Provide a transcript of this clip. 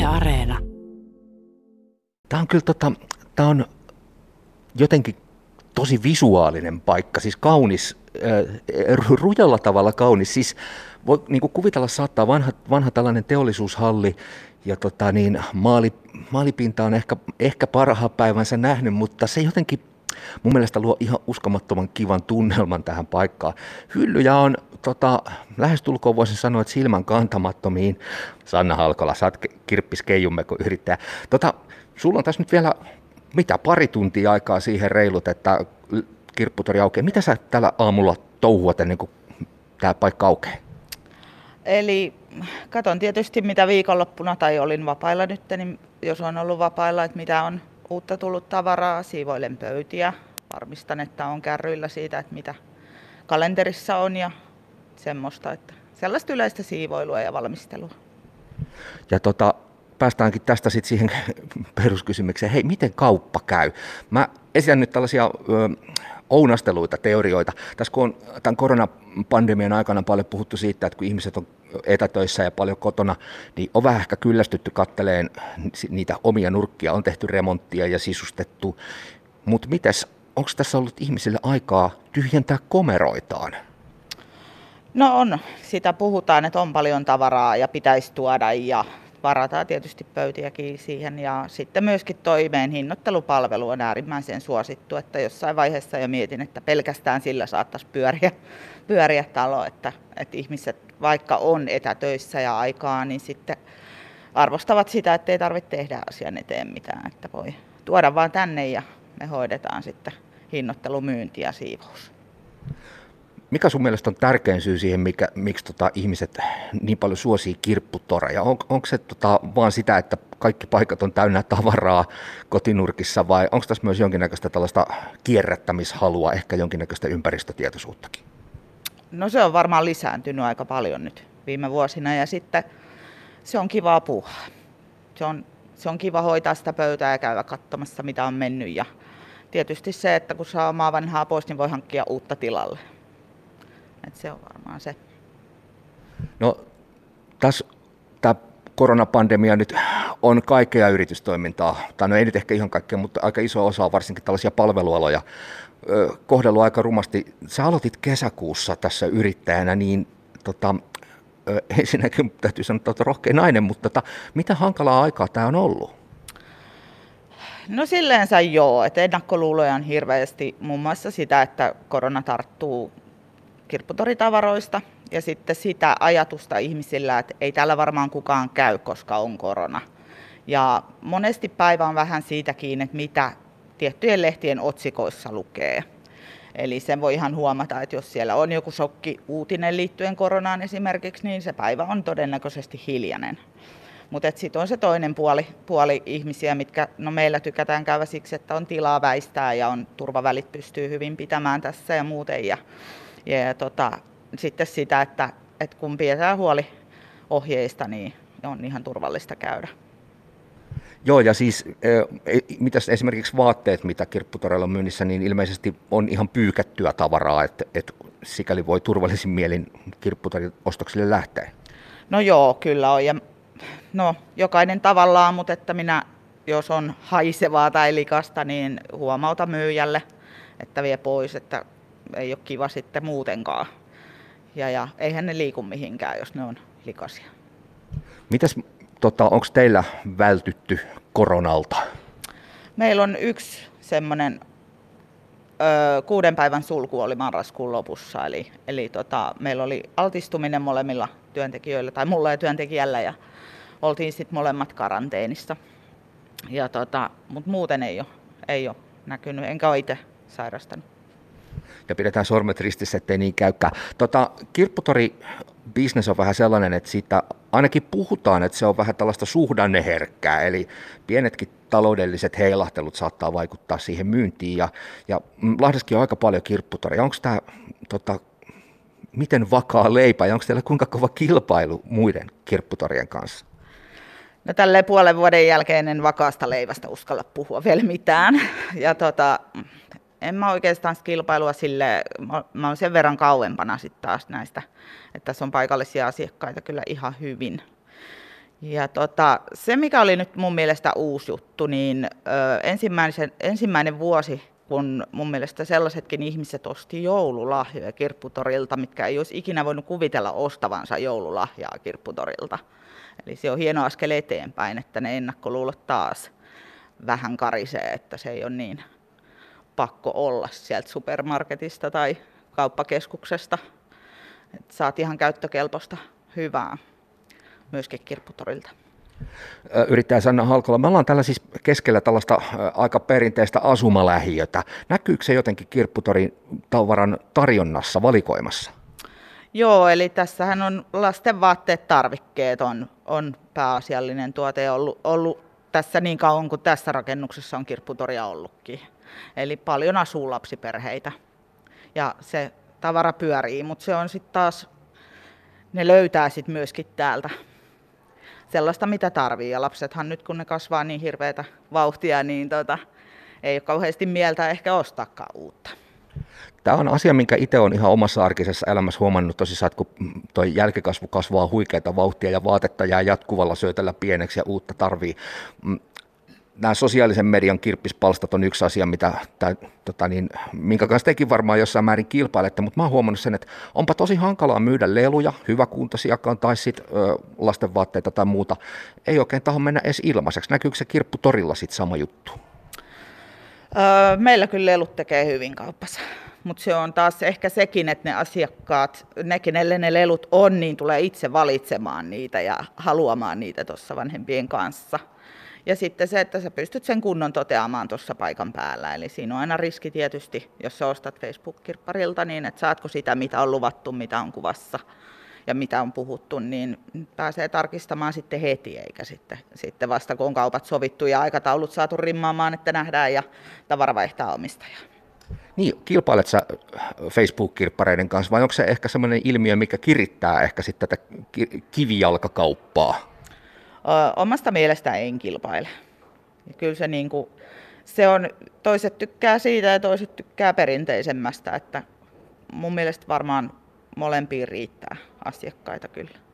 Areena. Tämä on kyllä tämä on jotenkin tosi visuaalinen paikka, siis kaunis, rujalla tavalla kaunis. Siis voi niin kuin kuvitella, saattaa vanha tällainen teollisuushalli ja maalipinta on ehkä parhaan päivänsä nähnyt, mutta se jotenkin mun mielestä luo ihan uskomattoman kivan tunnelman tähän paikkaan. Hyllyjä on lähestulkoon voisin sanoa, että silmän kantamattomiin. Sanna Halkola, sä oot kirppiskeijummeko yrittäjä. Sulla on tässä nyt vielä pari tuntia aikaa siihen reilut, että kirpputori aukeaa. Mitä sä tällä aamulla touhuat ennen kuin tämä paikka aukeaa? Eli katon tietysti mitä viikonloppuna tai olin vapailla nyt, niin jos on ollut vapailla, että mitä on uutta tullut tavaraa, siivoilen pöytiä. Varmistan, että on kärryillä siitä, että mitä kalenterissa on ja semmoista, että sellaista yleistä siivoilua ja valmistelua. Ja päästäänkin tästä sitten siihen peruskysymykseen, hei, miten kauppa käy? Mä esitän nyt tällaisia ounasteluita, teorioita. Tässä kun on tämän koronapandemian aikana paljon puhuttu siitä, että kun ihmiset on etätöissä ja paljon kotona, niin on vähän ehkä kyllästytty katteleen niitä omia nurkkia, on tehty remonttia ja sisustettu. Mutta mites, onko tässä ollut ihmisille aikaa tyhjentää komeroitaan? No on, sitä puhutaan, että on paljon tavaraa ja pitäisi tuoda ja varataan tietysti pöytiäkin siihen ja sitten myöskin meidän hinnoittelupalvelu on äärimmäisen suosittu, että jossain vaiheessa jo mietin, että pelkästään sillä saattaisi pyöriä talo, että ihmiset vaikka on etätöissä ja aikaa, niin sitten arvostavat sitä, että ei tarvitse tehdä asian eteen mitään, että voi tuoda vaan tänne ja me hoidetaan sitten hinnoittelu, myynti ja siivous. Mikä sun mielestä on tärkein syy siihen, miksi ihmiset niin paljon suosii kirpputoreja? Onko se vaan sitä, että kaikki paikat on täynnä tavaraa kotinurkissa vai onko tässä myös jonkinnäköistä tällaista kierrättämishalua, ehkä jonkinnäköistä ympäristötietoisuuttakin? No se on varmaan lisääntynyt aika paljon nyt viime vuosina ja sitten se on kivaa puuhaa. Se on kiva hoitaa sitä pöytää ja käydä katsomassa mitä on mennyt ja tietysti se, että kun saa omaa vanhaa pois, niin voi hankkia uutta tilalle. Et se on varmaan se. No tässä tämä koronapandemia nyt on kaikkea yritystoimintaa, tai no ei nyt ehkä ihan kaikkea, mutta aika iso osa varsinkin tällaisia palvelualoja kohdellut aika rumasti. Sä aloitit kesäkuussa tässä yrittäjänä, niin ensinnäkin täytyy sanoa, että olet rohkea nainen, mutta mitä hankalaa aikaa tämä on ollut? No silleensä joo, että ennakkoluuloja on hirveästi, muun muassa sitä, että korona tarttuu kirpputoritavaroista ja sitten sitä ajatusta ihmisillä, että ei täällä varmaan kukaan käy, koska on korona. Ja monesti päivä on vähän siitä kiinni, että mitä tiettyjen lehtien otsikoissa lukee. Eli sen voi ihan huomata, että jos siellä on joku shokki-uutinen liittyen koronaan esimerkiksi, niin se päivä on todennäköisesti hiljainen. Mutta sitten on se toinen puoli ihmisiä, mitkä meillä tykätään käydä siksi, että on tilaa väistää ja on turvavälit pystyy hyvin pitämään tässä ja muuten. Ja sitten sitä, että kun pidetään huoli ohjeista, niin on ihan turvallista käydä. Joo, ja siis mitäs esimerkiksi vaatteet, mitä kirpputoreilla on myynnissä, niin ilmeisesti on ihan pyykättyä tavaraa, että sikäli voi turvallisin mielin kirpputorin ostoksille lähteä. No joo, kyllä on. Ja, jokainen tavallaan, mutta että minä, jos on haisevaa tai likasta, niin huomauta myyjälle, että vie pois, että ei ole kiva sitten muutenkaan. Ja eihän ne liiku mihinkään, jos ne on likaisia. Mitäs, onko teillä vältytty koronalta? Meillä on yksi semmoinen 6 päivän sulku oli marraskuun lopussa. Eli meillä oli altistuminen molemmilla työntekijöillä tai mulla ja työntekijällä ja oltiin sitten molemmat karanteenissa. Mutta muuten ei ole näkynyt, enkä ole itse sairastanut. Ja pidetään sormet ristissä, ettei niin käykään. Kirpputori-business on vähän sellainen, että siitä ainakin puhutaan, että se on vähän tällaista suhdanneherkkää, eli pienetkin taloudelliset heilahtelut saattaa vaikuttaa siihen myyntiin. Ja Lahdessakin on aika paljon kirpputoreja. Onko tämä miten vakaa leipä ja onko teillä kuinka kova kilpailu muiden kirpputorien kanssa? No tälleen puolen vuoden jälkeen en vakaasta leivästä uskalla puhua vielä mitään. Ja en mä oikeastaan kilpailua sille, mä oon sen verran kauempana sitten taas näistä, että tässä on paikallisia asiakkaita kyllä ihan hyvin. Ja se, mikä oli nyt mun mielestä uusi juttu, niin ensimmäinen vuosi, kun mun mielestä sellaisetkin ihmiset osti joululahjoja Kirpputorilta, mitkä ei olisi ikinä voinut kuvitella ostavansa joululahjaa Kirpputorilta. Eli se on hieno askel eteenpäin, että ne ennakkoluulot taas vähän karisee, että se ei ole niin pakko olla sieltä supermarketista tai kauppakeskuksesta. Että saat ihan käyttökelpoista hyvää myöskin Kirpputorilta. Yrittäjä Sanna Halkola, me ollaan täällä siis keskellä tällaista aika perinteistä asumalähiötä. Näkyykö se jotenkin Kirpputorin tavaran tarjonnassa, valikoimassa? Joo, eli tässähän on lasten vaatteet, tarvikkeet on pääasiallinen tuote ja ollut tässä niin kauan kuin tässä rakennuksessa on Kirpputoria ollutkin. Eli paljon asuu lapsiperheitä ja se tavara pyörii, mutta se on sitten taas, ne löytää sitten myöskin täältä sellaista, mitä tarvii. Ja lapsethan nyt, kun ne kasvaa niin hirveätä vauhtia, niin ei ole kauheasti mieltä ehkä ostaakaan uutta. Tämä on asia, minkä itse olen ihan omassa arkisessa elämässä huomannut tosissaan, että kun tuo jälkikasvu kasvaa huikeata vauhtia ja vaatetta jää jatkuvalla syötöllä pieneksi ja uutta tarvii. Nämä sosiaalisen median kirppispalstat on yksi asia, minkä kanssa tekin varmaan jossain määrin kilpailette, mutta mä oon huomannut sen, että onpa tosi hankalaa myydä leluja, hyväkuntoisiakaan tai sitten lastenvaatteita tai muuta. Ei oikein taho mennä edes ilmaiseksi. Näkyykö se Kirpputorilla sitten sama juttu? Meillä kyllä lelut tekee hyvin kauppassa, mutta se on taas ehkä sekin, että ne asiakkaat, ne kenelle ne lelut on, niin tulee itse valitsemaan niitä ja haluamaan niitä tuossa vanhempien kanssa. Ja sitten se, että sä pystyt sen kunnon toteamaan tuossa paikan päällä. Eli siinä on aina riski tietysti, jos sä ostat Facebook-kirpparilta, niin että saatko sitä, mitä on luvattu, mitä on kuvassa ja mitä on puhuttu, niin pääsee tarkistamaan sitten heti, eikä sitten vasta kun on kaupat sovittu ja aikataulut saatu rimmaamaan, että nähdään ja tavara vaihtaa omistajaa. Niin, kilpailet sä Facebook-kirppareiden kanssa vai onko se ehkä sellainen ilmiö, mikä kirittää ehkä sitten tätä kivijalkakauppaa? Omasta mielestä en kilpaile. Ja kyllä se on, toiset tykkää siitä ja toiset tykkää perinteisemmästä, että mun mielestä varmaan molempiin riittää asiakkaita kyllä.